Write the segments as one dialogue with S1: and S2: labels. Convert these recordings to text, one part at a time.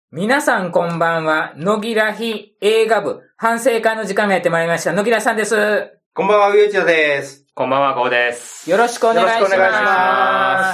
S1: 皆さんこんばんは。野木らひ映画部反省会の時間がやってまいりました。野木らさんです。
S2: こんばんは、上内田です。
S3: こんばんは、こうです。
S1: よろしくお願いします。
S2: よろしくお願いします。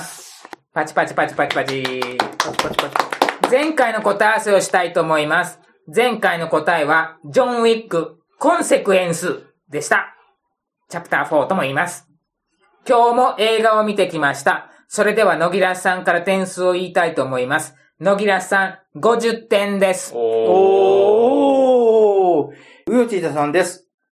S1: パチパチパチパチパチ。前回の答え合わせをしたいと思います。前回の答えは、ジョン・ウィック、コンセクエンスでした。チャプター4とも言います。今日も映画を見てきました。それでは野木らさんから点数を言いたいと思います。野木らさん、50点です。
S2: おー。上内田さんです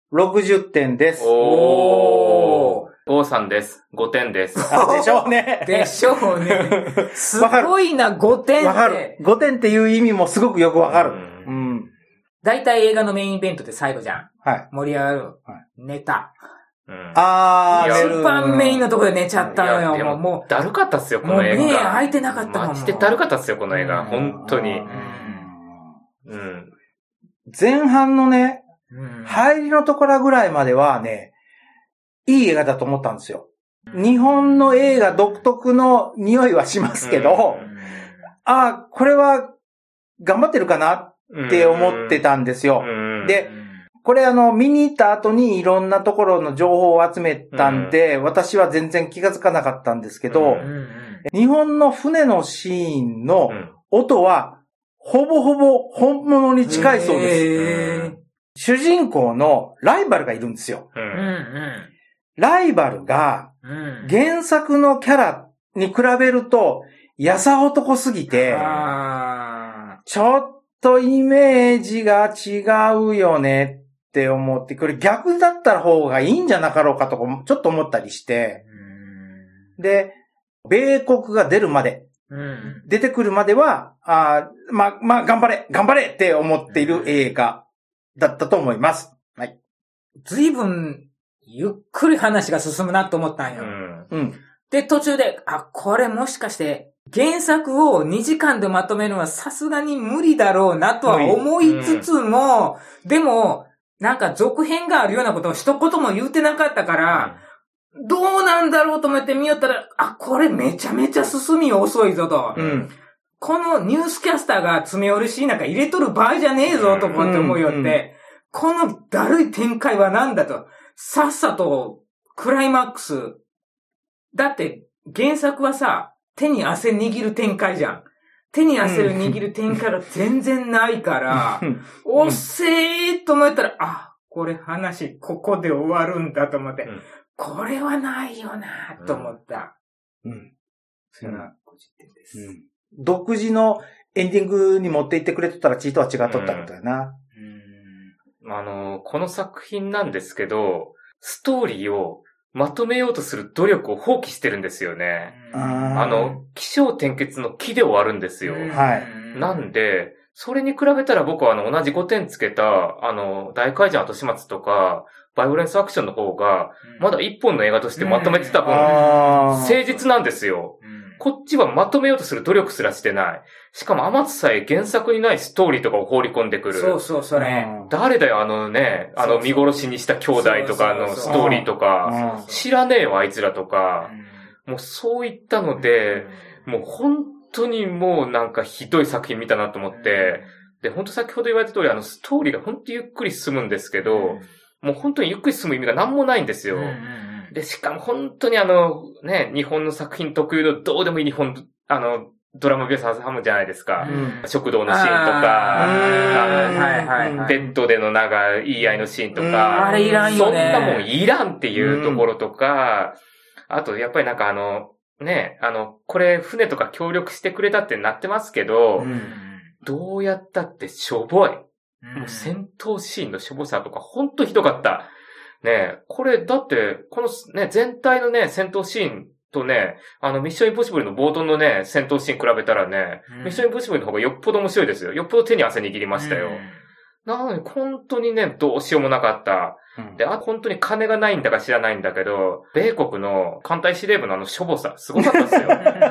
S2: 。60点です。
S3: おーさんです。5点です。
S2: でしょうね。
S1: でしょうね。すごいな、5点って。
S2: わかる。5点っていう意味もすごくよくわかる。うん。
S1: だいたい映画のメインイベントって最後じゃん。
S2: はい。
S1: 盛り上がる。
S2: はい。
S1: 寝た。
S3: うん、
S1: 一番メインのところで寝ちゃったのよ。もう。
S3: だるかったっすよ、この映画。
S1: もう目開いてなかったもん。
S3: マジでだるかったっすよ、この映画。本当に。
S2: うん。前半のね、入りのところぐらいまではね、いい映画だと思ったんですよ。日本の映画独特の匂いはしますけど、これは頑張ってるかなって思ってたんですよ。で、これ見に行った後にいろんなところの情報を集めたんで、私は全然気がつかなかったんですけど、日本の船のシーンの音はほぼほぼ本物に近いそうです。主人公のライバルがいるんですよ。ライバルが原作のキャラに比べるとやさ男すぎて、ちょっとイメージが違うよねって思って、これ逆だった方がいいんじゃなかろうかとかちょっと思ったりして、で、米国が出るまで、出てくるまでは、頑張れって思っている映画だったと思います。はい。
S1: 随分、ゆっくり話が進むなと思ったんよ。で、途中で、これもしかして、原作を2時間でまとめるのはさすがに無理だろうなとは思いつつも、でも、なんか続編があるようなことを一言も言うてなかったから、どうなんだろうと思って見よったら、これめちゃめちゃ進み遅いぞと。このニュースキャスターが詰め寄るシーンなんか入れとる場合じゃねえぞと思って思いよって、このだるい展開はなんだと。さっさとクライマックス。だって原作はさ、手に汗握る展開じゃん。手に汗を握る展開が全然ないから、おっせーと思ったら、これ話ここで終わるんだと思って、これはないよなと思った。それは50点です。
S2: 独自のエンディングに持っていってくれとったらチートは違っとったみたいな。
S3: この作品なんですけど、ストーリーをまとめようとする努力を放棄してるんですよね。起承転結の木で終わるんですよ。なんで、それに比べたら僕は同じ5点つけた、大怪獣後始末とか、バイオレンスアクションの方が、まだ一本の映画としてまとめてた分、誠実なんですよ。こっちはまとめようとする努力すらしてない。しかも天津さえ原作にないストーリーとかを放り込んでくる。
S1: そう、それ。
S3: 誰だよ、見殺しにした兄弟とかのストーリーとか、知らねえよ、あいつらとか。もうそういったので、もう本当にもうなんかひどい作品見たなと思って、で、本当先ほど言われた通り、ストーリーが本当ゆっくり進むんですけど、もう本当にゆっくり進む意味が何もないんですよ。で、しかも本当に日本の作品特有のどうでもいい日本、ドラマ描写挟むじゃないですか。食堂のシーンとか、ベッドでの言い合いのシーンとか、
S1: あれいらんよね。
S3: そんなもんいらんっていうところとか、あとやっぱりなんかこれ船とか協力してくれたってなってますけど、どうやったってしょぼい。もう戦闘シーンのしょぼさとかほんとひどかった。これだって、この全体の戦闘シーンとミッションインポッシブルの冒頭の戦闘シーン比べたらミッションインポッシブルの方がよっぽど面白いですよ。よっぽど手に汗握りましたよ。なのに本当にどうしようもなかった。で、本当に金がないんだか知らないんだけど、米国の艦隊司令部のしょぼさ、すごかったですよ。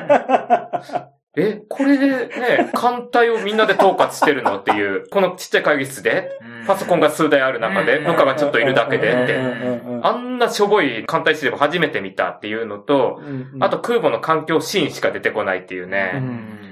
S3: これで艦隊をみんなで統括してるのっていう、このちっちゃい会議室で、パソコンが数台ある中で、部下がちょっといるだけでって、あんなしょぼい艦隊司令部初めて見たっていうのと、あと空母の環境シーンしか出てこないっていうね。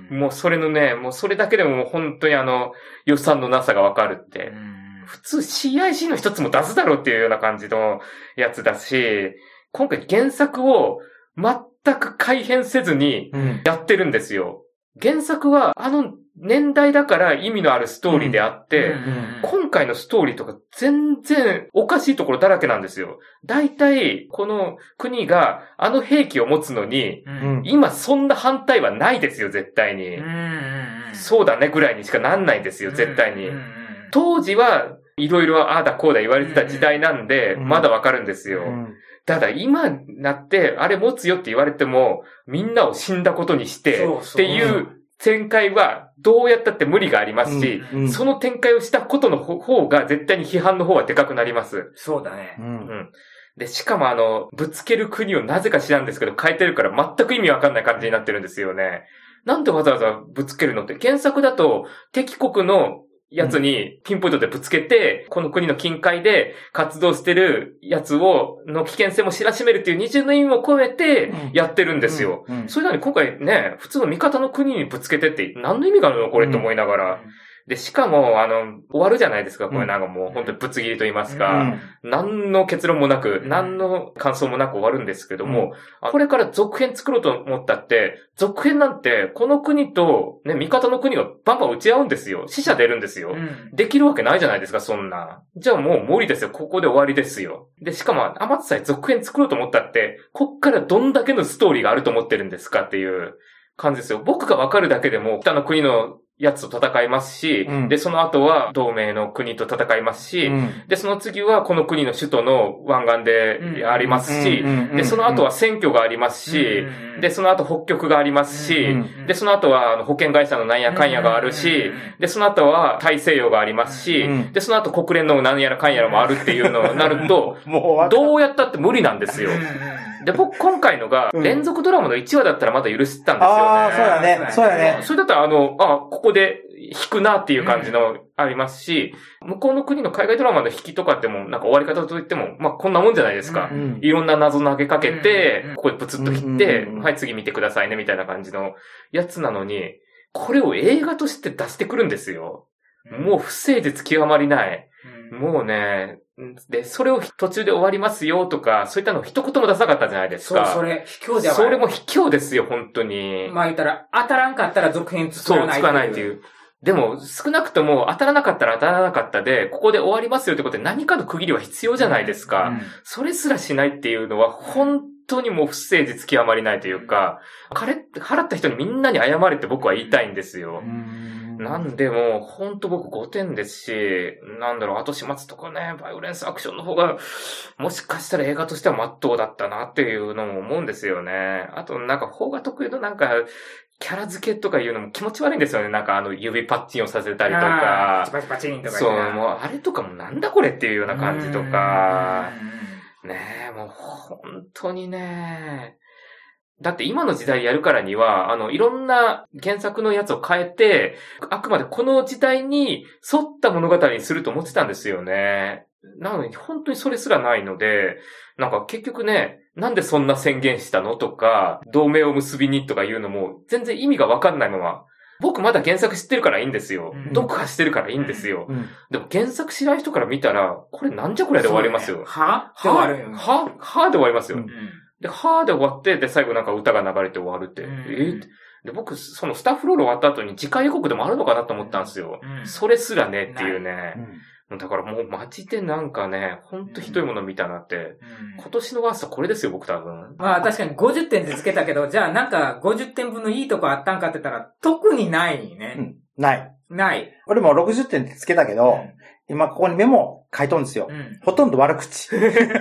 S3: もうそれのね、もうそれだけでももう本当に予算のなさがわかるって。普通 CIC の一つも出すだろうっていうような感じのやつだし、今回原作を全く改変せずにやってるんですよ。原作は年代だから意味のあるストーリーであって、今回のストーリーとか全然おかしいところだらけなんですよ。大体、この国が兵器を持つのに、今そんな反対はないですよ、絶対に。そうだねぐらいにしかなんないですよ、絶対に。当時はいろいろああだこうだ言われてた時代なんで、まだわかるんですよ。ただ今になって、あれ持つよって言われても、みんなを死んだことにして、っていう展開はどうやったって無理がありますし、その展開をしたことの方が絶対に批判の方はでかくなります。
S1: そうだね。
S3: で、しかもぶつける国をなぜか知らんですけど変えてるから全く意味わかんない感じになってるんですよね。なんでわざわざぶつけるのって、原作だと敵国のやつにピンポイントでぶつけて、この国の近海で活動してるやつの危険性も知らしめるっていう二重の意味も込めてやってるんですよ。それなのに今回ね、普通の味方の国にぶつけてって何の意味があるのこれって思いながら。で、しかも、終わるじゃないですか、これなんかもう本当にぶつ切りと言いますか、何の結論もなく、何の感想もなく終わるんですけども、これから続編作ろうと思ったって、続編なんて、この国と、ね、味方の国がバンバン打ち合うんですよ。死者出るんですよ。できるわけないじゃないですか、そんな。じゃあもう無理ですよ、ここで終わりですよ。で、しかも、あまつさえ続編作ろうと思ったって、こっからどんだけのストーリーがあると思ってるんですかっていう感じですよ。僕がわかるだけでも、北の国のやつと戦いますし、で、その後は同盟の国と戦いますし、で、その次はこの国の首都の湾岸でありますし、で、その後は選挙がありますし、で、その後北極がありますし、で、その後は保険会社のなんやかんやがあるし、で、その後は大西洋がありますし、で、その後国連のなんやらかんやらもあるっていうのになると、どうやったって無理なんですよ。で、僕今回のが連続ドラマの1話だったらまだ許したんですよね。
S2: ああ、そうだね。そうだね。
S3: それだったらここで引くなっていう感じのありますし、向こうの国の海外ドラマの引きとかってもなんか終わり方といっても、まあこんなもんじゃないですか。いろんな謎投げかけて、ここでプツッと切って、はい次見てくださいねみたいな感じのやつなのに、これを映画として出してくるんですよ。もう不誠実極まりない。もうね、で、それを途中で終わりますよとか、そういったのを一言も出さなかったじゃないですか。
S1: そう、それ、卑怯じゃない。
S3: それも卑怯ですよ、本当に。
S1: まあ言ったら、当たらんかったら続編作らない。
S3: そう、作らないっていう。でも、少なくとも当たらなかったら当たらなかったで、ここで終わりますよってことで何かの区切りは必要じゃないですか。それすらしないっていうのは、本当にもう不誠実極まりないというか、払った人にみんなに謝れって僕は言いたいんですよ。なんでもう、ほんと僕5点ですし、後始末とかね、バイオレンスアクションの方が、もしかしたら映画としては真っ当だったなっていうのも思うんですよね。あとなんか、邦画特有のなんか、キャラ付けとかいうのも気持ち悪いんですよね。なんか指パッチンをさせたりとか。
S1: パチパチンとか。
S3: そう、もうあれとかもなんだこれっていうような感じとか。ねえ、もう本当にね。だって今の時代やるからには、いろんな原作のやつを変えて、あくまでこの時代に沿った物語にすると思ってたんですよね。なのに本当にそれすらないので、なんか結局ね、なんでそんな宣言したのとか、同盟を結びにとかいうのも全然意味がわかんないまま。僕まだ原作知ってるからいいんですよ。読破してるからいいんですよ。でも原作知らない人から見たら、これなんじゃこれで終わりますよ。
S1: はで終わるよ。
S3: はで終わりますよ。で、はーで終わって、で、最後なんか歌が流れて終わるって。で、僕、そのスタッフロール終わった後に次回予告でもあるのかなと思ったんですよ。それすらねっていうね。だからもうマジでなんかね、ほんとひどいもの見たなって。今年のワーストこれですよ、僕多分。
S1: まあ確かに50点でつけたけど、じゃあなんか50点分のいいとこあったんかって言ったら、特にないね。
S2: ない。
S1: ない。
S2: 俺も60点ってつけたけど、今ここにメモ書いとんですよ。ほとんど悪口。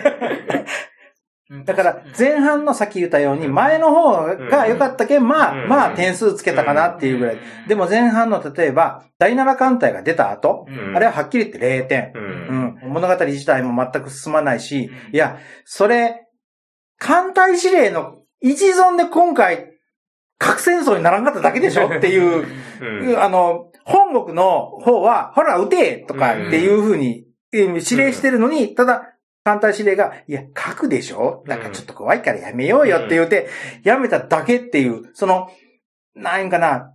S2: だから、前半のさっき言ったように、前の方が良かったけん、まあ点数つけたかなっていうぐらい。でも前半の例えば、第7艦隊が出た後、あれははっきり言って0点。物語自体も全く進まないし、いや、それ、艦隊司令の一存で今回、核戦争にならんかっただけでしょっていう、本国の方は、ほら、撃てとかっていう風に指令してるのに、ただ、艦隊司令が、いや、核でしょなんかちょっと怖いからやめようよって言うて、やめただけっていう、なんかな、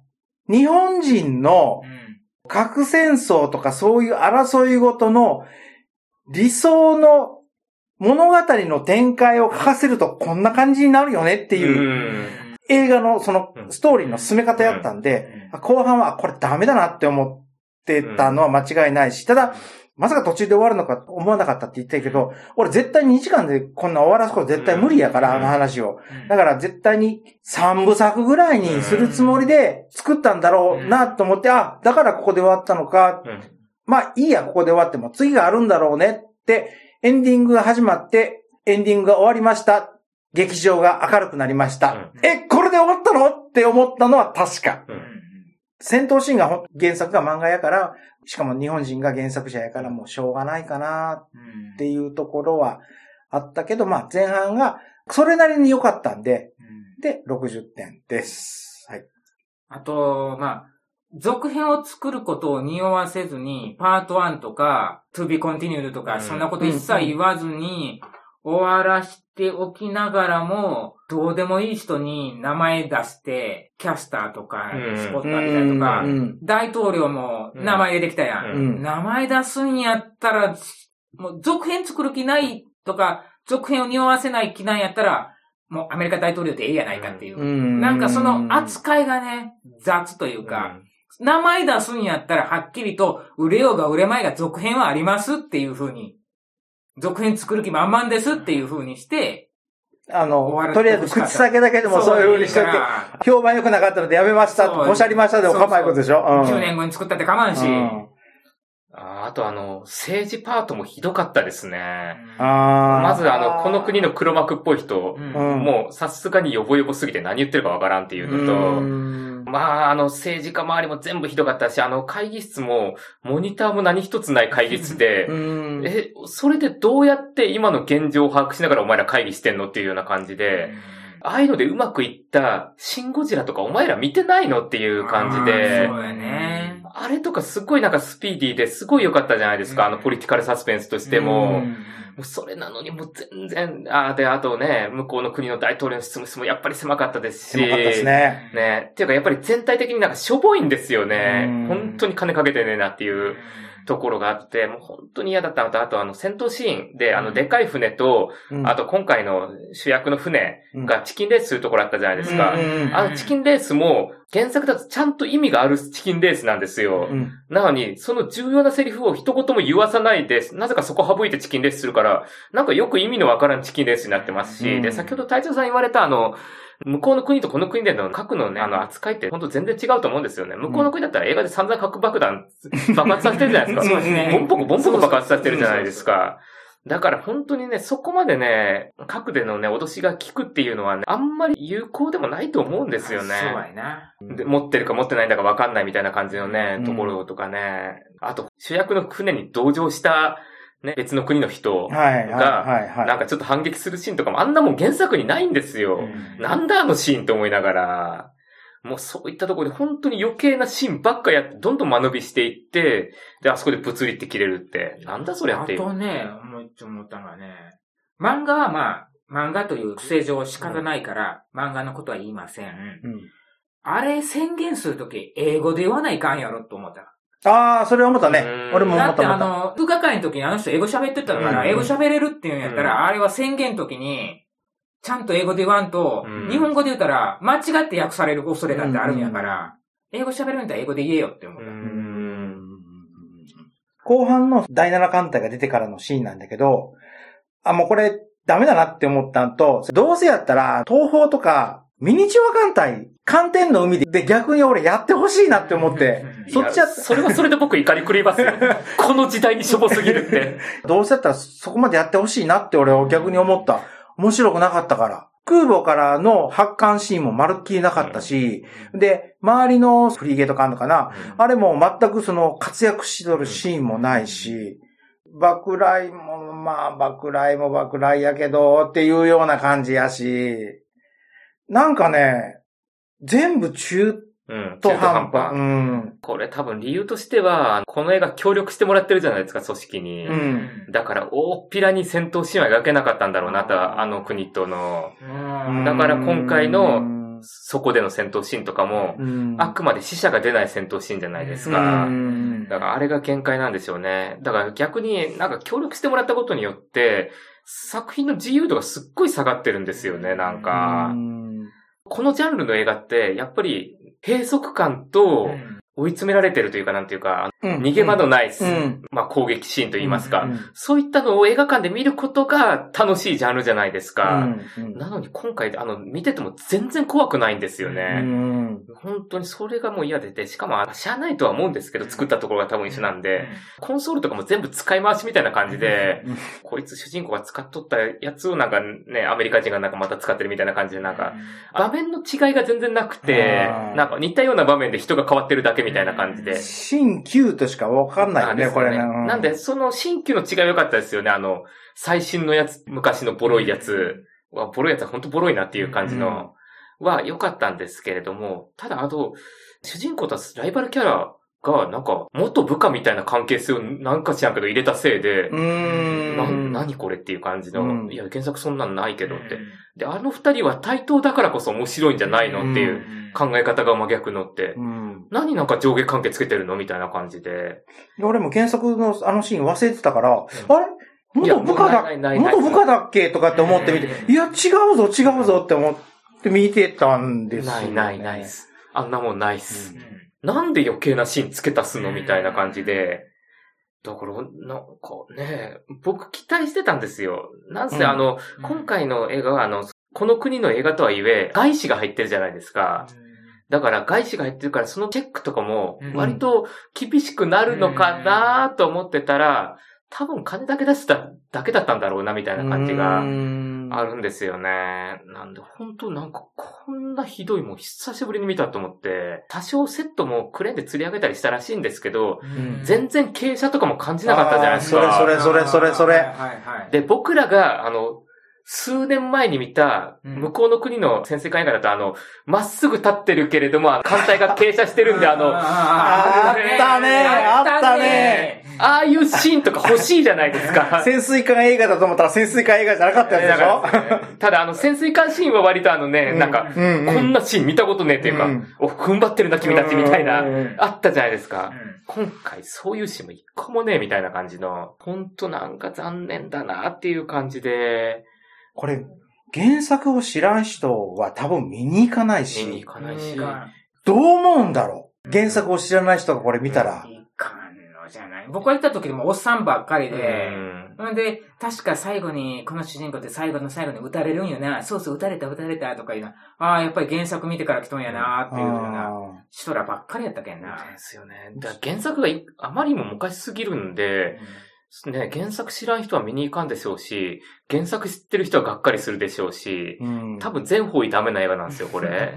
S2: 日本人の核戦争とかそういう争いごとの理想の物語の展開を書かせるとこんな感じになるよねっていう映画のそのストーリーの進め方やったんで、後半はこれダメだなって思ってたのは間違いないし、ただ、まさか途中で終わるのか思わなかったって言ったけど、俺絶対2時間でこんな終わらすこと絶対無理やから、あの話を。だから絶対に3部作ぐらいにするつもりで作ったんだろうなと思って、あ、だからここで終わったのか。まあいいや、ここで終わっても次があるんだろうねって、エンディングが始まって、エンディングが終わりました。劇場が明るくなりました。これで終わったのって思ったのは確か。戦闘シーンが原作が漫画やから、しかも日本人が原作者やからもうしょうがないかなっていうところはあったけど、まあ前半がそれなりに良かったんで、で、60点です。はい。
S1: あと、まあ、続編を作ることを匂わせずに、パート1とか、to be continued とか、そんなこと一切言わずに、終わらしておきながらも、どうでもいい人に名前出して、キャスターとか、スポット当てたりとか、大統領も名前出てきたやん。名前出すんやったら、もう続編作る気ないとか、続編を匂わせない気なんやったら、もうアメリカ大統領でええやないかっていう。なんかその扱いがね、雑というか、名前出すんやったらはっきりと、売れようが売れまいが続編はありますっていう風に、続編作る気満々ですっていう風にして、
S2: とりあえず口先だけでもそういう風にしといて、評判良くなかったのでやめました、おしゃりましたでも構わないことでしょ。
S1: 10年後に作ったって構わんし。
S3: あと政治パートもひどかったですね。まずこの国の黒幕っぽい人、もうさすがにヨボヨボすぎて何言ってるかわからんっていうのと、まあ政治家周りも全部ひどかったし、会議室も、モニターも何一つない会議室で、それでどうやって今の現状を把握しながらお前ら会議してんのっていうような感じで、ああいうのでうまくいったシンゴジラとかお前ら見てないのっていう感じで、
S1: そうやね。
S3: あれとかすごいなんかスピーディーですごい良かったじゃないですか、ポリティカルサスペンスとしても。もうそれなのにもう全然、あとね、向こうの国の大統領の執務室もやっぱり狭かったですし。
S2: 狭かったですね。
S3: ね。っていうかやっぱり全体的になんかしょぼいんですよね。本当に金かけてねえなっていうところがあって、もう本当に嫌だったのと、あと戦闘シーンででかい船と、あと今回の主役の船がチキンレースするところあったじゃないですか。チキンレースも原作だとちゃんと意味があるチキンレースなんですよ。なのに、その重要なセリフを一言も言わさないで、なぜかそこ省いてチキンレースするから、なんかよく意味のわからんチキンレースになってますし、で、先ほど隊長さん言われた向こうの国とこの国での核のね、扱いって本当全然違うと思うんですよね。向こうの国だったら映画で散々核爆弾爆発させてるじゃないですか。そうですね。ボンポコ爆発させてるじゃないですか。だから本当にね、そこまでね、核でのね、脅しが効くっていうのはね、あんまり有効でもないと思うんですよね。
S1: そうやな。
S3: で、持ってるか持ってないんだか分かんないみたいな感じのね、ところとかね。あと、主役の船に同乗した、ね、別の国の人が、なんかちょっと反撃するシーンとかもあんなもん原作にないんですよ。なんだあのシーンと思いながら。もうそういったところで本当に余計なシーンばっかやって、どんどん間延びしていって、で、あそこでブツリって切れるって。なんだそれって。
S1: あとね、思ったのはね、漫画はまあ、漫画という性上仕方ないから、漫画のことは言いません。あれ宣言するとき、英語で言わないかんやろと思った。
S2: それ思ったね。俺も思った。
S1: だって部下会の時にあの人英語喋ってたから、英語喋れるっていうんやったら、あれは宣言の時に、ちゃんと英語で言わんと、日本語で言ったら、間違って訳される恐れだってあるんやから、英語喋るんだったら英語で言えよって思った。
S2: 後半の第7艦隊が出てからのシーンなんだけど、もうこれダメだなって思ったのと、どうせやったら、東方とか、ミニチュア艦隊、艦艇の海で逆に俺やってほしいなって思って、
S3: それはそれで僕怒り狂いますよ。この時代にしょぼすぎるって。
S2: どうせやったらそこまでやってほしいなって俺は逆に思った。面白くなかったから。空母からの発艦シーンもまるっきりなかったし、で、周りのフリゲート艦とかな、あれも全くその活躍しとるシーンもないし、爆雷も爆雷やけどっていうような感じやし、なんかね、全部中途半端。
S3: これ多分理由としては、この映画協力してもらってるじゃないですか、組織に。だから大っぴらに戦闘シーンは描けなかったんだろうなと、あの国との。だから今回のそこでの戦闘シーンとかも、あくまで死者が出ない戦闘シーンじゃないですか。だからあれが限界なんでしょうね。だから逆になんか協力してもらったことによって、作品の自由度がすっごい下がってるんですよね、なんか。このジャンルの映画って、やっぱり閉塞感と追い詰められてるというか、なんていうか、逃げ場のない、まあ攻撃シーンといいますか、そういったのを映画館で見ることが楽しいジャンルじゃないですか。なのに今回、見てても全然怖くないんですよね。本当にそれがもう嫌でて、しかも、しゃあないとは思うんですけど、作ったところが多分一緒なんで、コンソールとかも全部使い回しみたいな感じで、こいつ主人公が使っとったやつをなんかね、アメリカ人がなんかまた使ってるみたいな感じで、なんか、場面の違いが全然なくて、なんか似たような場面で人が変わってるだけみたいな感じで。
S2: 新旧としかわかんないよね、これね。
S3: なんで、その新旧の違いは良かったですよね。最新のやつ、昔のボロいやつは、ボロいやつは本当ボロいなっていう感じの、は良かったんですけれども、ただ主人公とライバルキャラが、なんか、元部下みたいな関係性をなんか知らんけど入れたせいで、何これっていう感じの、いや、原作そんなんないけどって。で、二人は対等だからこそ面白いんじゃないのっていう考え方が真逆のって、何なんか上下関係つけてるのみたいな感じで。
S2: 俺も原作のシーン忘れてたから、あれ元部下だっけとかって思ってみて、いや、違うぞって思って見てたんですよ、ね。
S3: ないっす。あんなもんないっす。なんで余計なシーン付け足すのみたいな感じで。だから、なんかね、僕期待してたんですよ。なんせ今回の映画はこの国の映画とはいえ、外資が入ってるじゃないですか。だから外資が入ってるからそのチェックとかも割と厳しくなるのかなと思ってたら、多分金だけ出しただけだったんだろうなみたいな感じがあるんですよね。なんで本当なんかこんなひどいもん久しぶりに見たと思って、多少セットもクレーンで釣り上げたりしたらしいんですけど、全然傾斜とかも感じなかったじゃないですか。
S2: それ。
S3: で、僕らが数年前に見た、向こうの国の潜水艦映画だとまっすぐ立ってるけれども、艦隊が傾斜してるんで、
S2: あったね。
S3: ああいうシーンとか欲しいじゃないですか。
S2: 潜水艦映画だと思ったら潜水艦映画じゃなかったやつでしょ
S3: ただ潜水艦シーンは割となんか、こんなシーン見たことねえっていうか、踏ん張ってるな君たちみたいな、あったじゃないですか。今回そういうシーンも一個もねえみたいな感じの、ほんとなんか残念だなっていう感じで、
S2: これ、原作を知らん人は多分見に行かないし。どう思うんだろう、原作を知らない人がこれ見たら。
S1: いかんのじゃない。僕が行った時でもおっさんばっかりで、で、確か最後に、この主人公って最後の最後に撃たれるんよな。そう撃たれたとかいうの。やっぱり原作見てから来とんやなっていうような人らばっかりやったけんな。
S3: ですよね。だ原作があまりにも昔すぎるんで、ね、原作知らん人は見に行かんでしょうし、原作知ってる人はがっかりするでしょうし、多分全方位ダメな映画なんですよ、これ。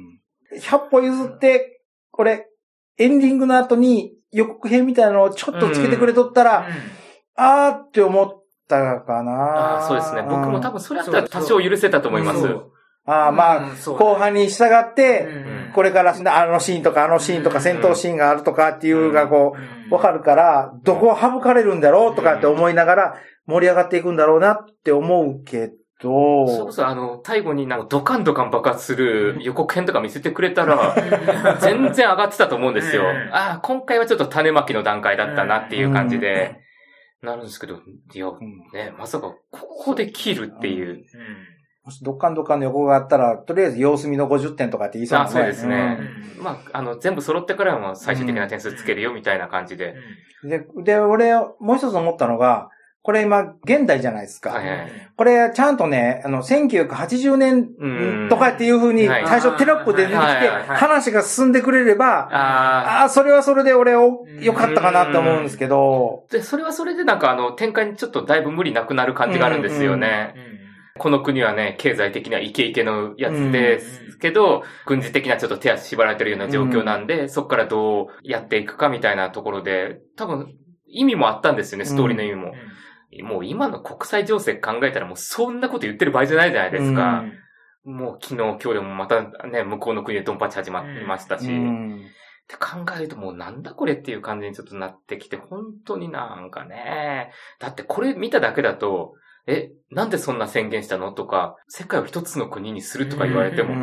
S2: 100歩譲って、これ、エンディングの後に予告編みたいなのをちょっとつけてくれとったら、あーって思ったかな。
S3: そうですね。僕も多分それだったら多少許せたと思います。
S2: 後半に従って、これからあのシーンとか戦闘シーンがあるとかっていうがわかるから、どこを省かれるんだろうとかって思いながら盛り上がっていくんだろうなって思うけど。
S3: そう最後にドカンドカン爆発する予告編とか見せてくれたら、全然上がってたと思うんですよ。今回はちょっと種まきの段階だったなっていう感じで、なるんですけど、いや、ね、まさかここで切るっていう。
S2: もしドッカンドッカンの横があったら、とりあえず様子見の50点とかって言いそうなね。
S3: そうですね。全部揃ってからも最終的な点数つけるよみたいな感じで。
S2: で、俺、もう一つ思ったのが、これ今、現代じゃないですか。これ、ちゃんとね、1980年とかっていう風に、最初テロップで出てきて、話が進んでくれれば、それはそれで俺、良かったかなって思うんですけど。
S3: で、それはそれでなんか展開にちょっとだいぶ無理なくなる感じがあるんですよね。この国はね、経済的にはイケイケのやつですけど、軍事的なちょっと手足縛られてるような状況なんで、そこからどうやっていくかみたいなところで、多分意味もあったんですよね、ストーリーの意味も。もう今の国際情勢考えたらもうそんなこと言ってる場合じゃないじゃないですか。もう昨日今日でもまたね、向こうの国でドンパチ始まってましたし。って考えるともうなんだこれっていう感じにちょっとなってきて、本当になんかね。だってこれ見ただけだと、なんでそんな宣言したのとか、世界を一つの国にするとか言われても、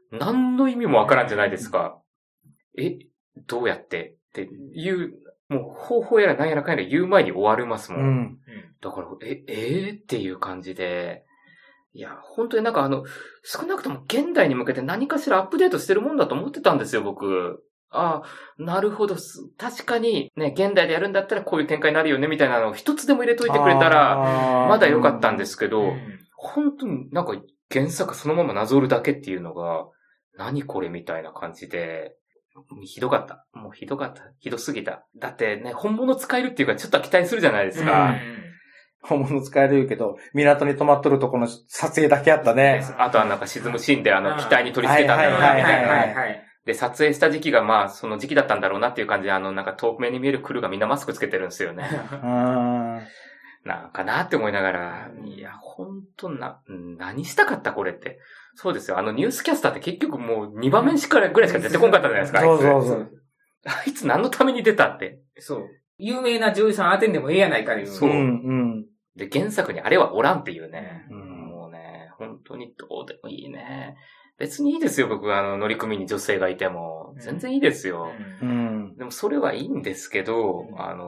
S3: 何の意味もわからんじゃないですか。どうやってっていう、もう方法やら何やらかんやら言う前に終わりますもん。だから、っていう感じで、いや、本当になんか少なくとも現代に向けて何かしらアップデートしてるもんだと思ってたんですよ、僕。ああ、なるほど。確かにね、現代でやるんだったらこういう展開になるよね、みたいなのを一つでも入れといてくれたら、まだ良かったんですけど、本当になんか原作そのままなぞるだけっていうのが、何これみたいな感じで、ひどかった。もうひどかった。ひどすぎた。だってね、本物使えるっていうかちょっと期待するじゃないですか。
S2: 本物使えるけど、港に泊まっとるとこの撮影だけあったね。
S3: あとはなんか沈むシーンで機体に取り付けたんだろうな、みたいな。で、撮影した時期がまあ、その時期だったんだろうなっていう感じで、なんか遠く目に見えるクルーがみんなマスクつけてるんですよね。なんかなって思いながら、いや、ほんと何したかったこれって。そうですよ。ニュースキャスターって結局もう2場面ぐらいしか出てこんかったじゃないですか。
S2: そう
S3: あいつ何のために出たって。
S1: そう。有名な女優さん当てんでもええやないかいう。
S3: そう。で、原作にあれはおらんっていうね。もうね、本当にどうでもいいね。別にいいですよ、僕乗組に女性がいても。全然いいですよ。でもそれはいいんですけど、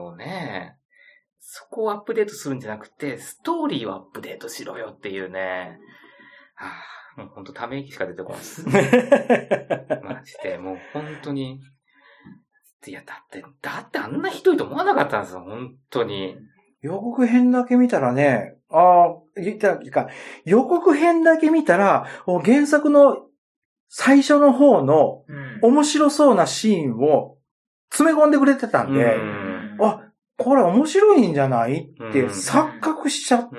S3: そこをアップデートするんじゃなくて、ストーリーをアップデートしろよっていうね。もうほんとため息しか出てこないです。マジで、もう本当に。いや、だってあんなひどいと思わなかったんですよ、本当に。
S2: 予告編だけ見たらね、予告編だけ見たら、原作の最初の方の面白そうなシーンを詰め込んでくれてたんで、これ面白いんじゃないって錯覚しちゃって、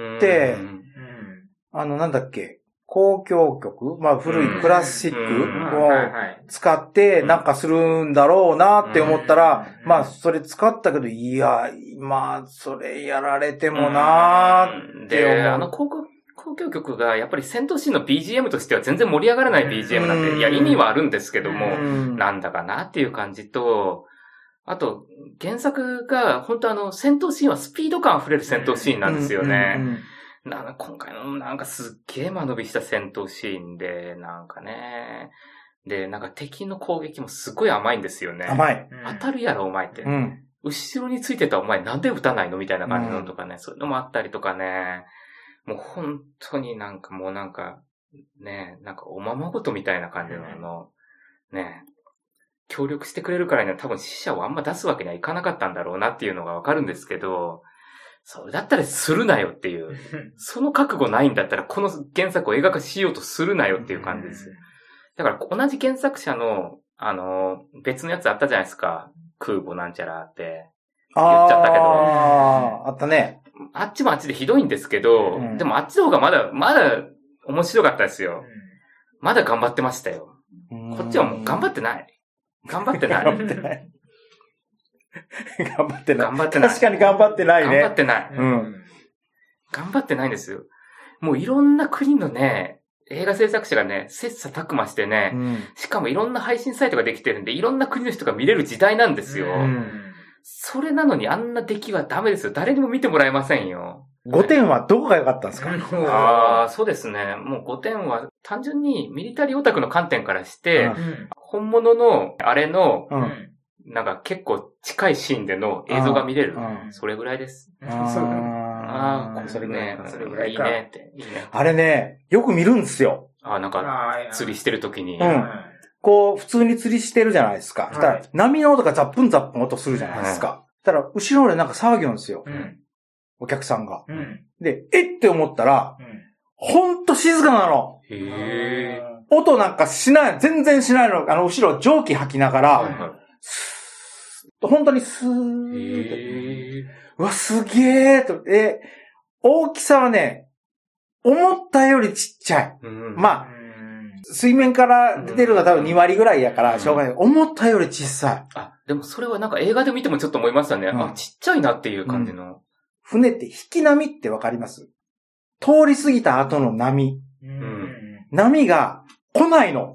S2: なんだっけ、交響曲古いクラシックを使ってなんかするんだろうなって思ったら、それ使ったけど、いや、それやられてもなーって思う。
S3: で、交響曲がやっぱり戦闘シーンの BGM としては全然盛り上がらない BGM なんで、いや、意味はあるんですけども、なんだかなっていう感じと、あと、原作が本当戦闘シーンはスピード感溢れる戦闘シーンなんですよね。今回のなんかすっげー間延びした戦闘シーンで、なんかね。で、なんか敵の攻撃もすごい甘いんですよね。
S2: 甘い。
S3: 当たるやろ、お前って。後ろについてたお前なんで撃たないのみたいな感じのとかね、そういうのもあったりとかね。もう本当になんかね、なんかおままごとみたいな感じのね、協力してくれるからには多分死者をあんま出すわけにはいかなかったんだろうなっていうのがわかるんですけど、それだったらするなよっていう。その覚悟ないんだったらこの原作を映画化しようとするなよっていう感じです。だから同じ原作者の、別のやつあったじゃないですか。空母なんちゃらって言っちゃったけど。
S2: あったね。
S3: あっちもあっちでひどいんですけど、でもあっちの方がまだ面白かったですよ。まだ頑張ってましたよ。こっちはもう頑張ってない。頑張ってない。
S2: 頑張ってない。
S3: 頑張ってない。
S2: 確かに頑張ってないね。
S3: 頑張ってない。頑張ってないんですよ。もういろんな国のね、映画制作者がね、切磋琢磨してね、しかもいろんな配信サイトができてるんで、いろんな国の人が見れる時代なんですよ。それなのにあんな出来はダメですよ。誰にも見てもらえませんよ。
S2: 5点はどこが良かったんです
S3: か？そうですね。もう5点は単純にミリタリーオタクの観点からして、本物のあれの、なんか結構近いシーンでの映像が見れる。それぐらいです。それぐらいいいねって。いいね。
S2: あれね、よく見るんですよ。
S3: なんか、釣りしてる時に。
S2: こう、普通に釣りしてるじゃないですか。そしたら、波の音がザップンザップン音するじゃないですか。そしたら、後ろでなんか騒ぎなんですよ。お客さんが。で、って思ったら、ほんと静かなの。音なんかしない、全然しないの。後ろ蒸気吐きながら、本当にスーッと。うわ、すげーと。大きさはね、思ったよりちっちゃい。水面から出てるのが多分2割ぐらいやから、しょうがない。思ったより小さい。
S3: でもそれはなんか映画で見てもちょっと思いましたね。ちっちゃいなっていう感じの。
S2: 船って引き波ってわかります？通り過ぎた後の波。波が来ないの。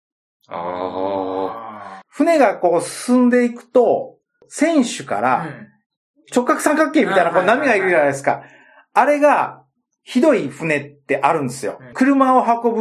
S2: 船がこう進んでいくと、船首から直角三角形みたいなこう波がいるじゃないですか。あれがひどい船ってあるんですよ。車を運ぶ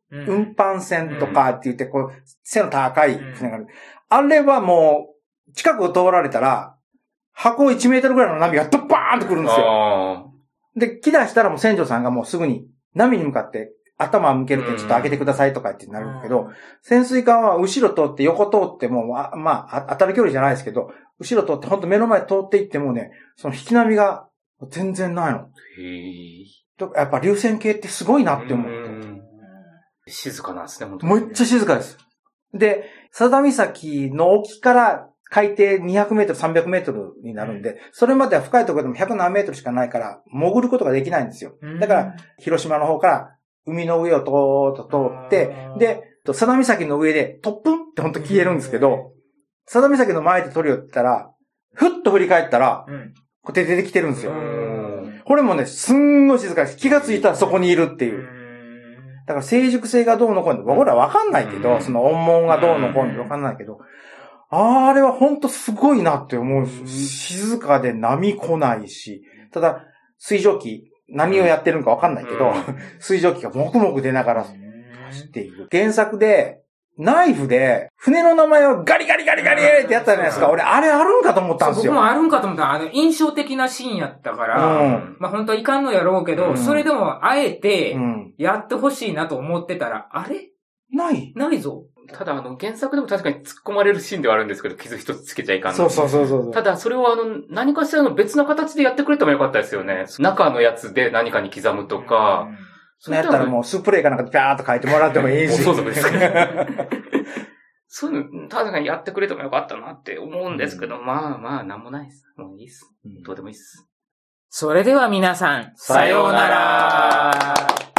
S2: 運搬船とかって言って、こう、背の高い船がある。あれはもう、近くを通られたら、箱1メートルぐらいの波がドッバーンと来るんですよ。で、来だしたらもう船長さんがもうすぐに波に向かって頭を向けるけどちょっと開けてくださいとかってなるけど、潜水艦は後ろ通って横通ってもまあ、当たる距離じゃないですけど、後ろ通ってほんと目の前通っていってもね、その引き波が全然ないの。やっぱ流線形ってすごいなって思う。
S3: 静かなんですね、本当に。
S2: めっちゃ静かです。で、佐田岬の沖から海底200メートル、300メートルになるんで、それまでは深いところでも100何メートルしかないから、潜ることができないんですよ。だから、広島の方から海の上を通って、で、佐田岬の上でトップンってほんと消えるんですけど、佐田岬の前で取り寄ったら、ふっと振り返ったら、こうやって出てきてるんですよ。これもね、すんごい静かです。気がついたらそこにいるっていう。だから成熟性がどうのこうの、僕らわかんないけど、その音紋がどうのこうのわかんないけど、あれはほんとすごいなって思う。静かで波来ないし、ただ、水蒸気、何をやってるのかわかんないけど、水蒸気がもくもく出ながら走っている。原作で、ナイフで、船の名前をガリガリガリガリってやったじゃないですか。俺、あれあるんかと思ったんですよ。
S1: 僕もあるんかと思った。印象的なシーンやったから、まあ本当はいかんのやろうけど、それでも、あえて、やってほしいなと思ってたら、あれないぞ。
S3: ただ原作でも確かに突っ込まれるシーンではあるんですけど、傷一つつけちゃいかんの。
S2: そう。
S3: ただ、それを何かしらの別な形でやってくれてもよかったですよね。中のやつで何かに刻むとか。
S2: そうやったらもうスプレーかなんかでピャーっと書いてもらってもいいし。
S3: そうですか。そういうの、確かにやってくれてもよかったなって思うんですけど、まあ、なんもないです。もういいっす。どうでもいいっす。
S1: それでは皆さん、さようなら。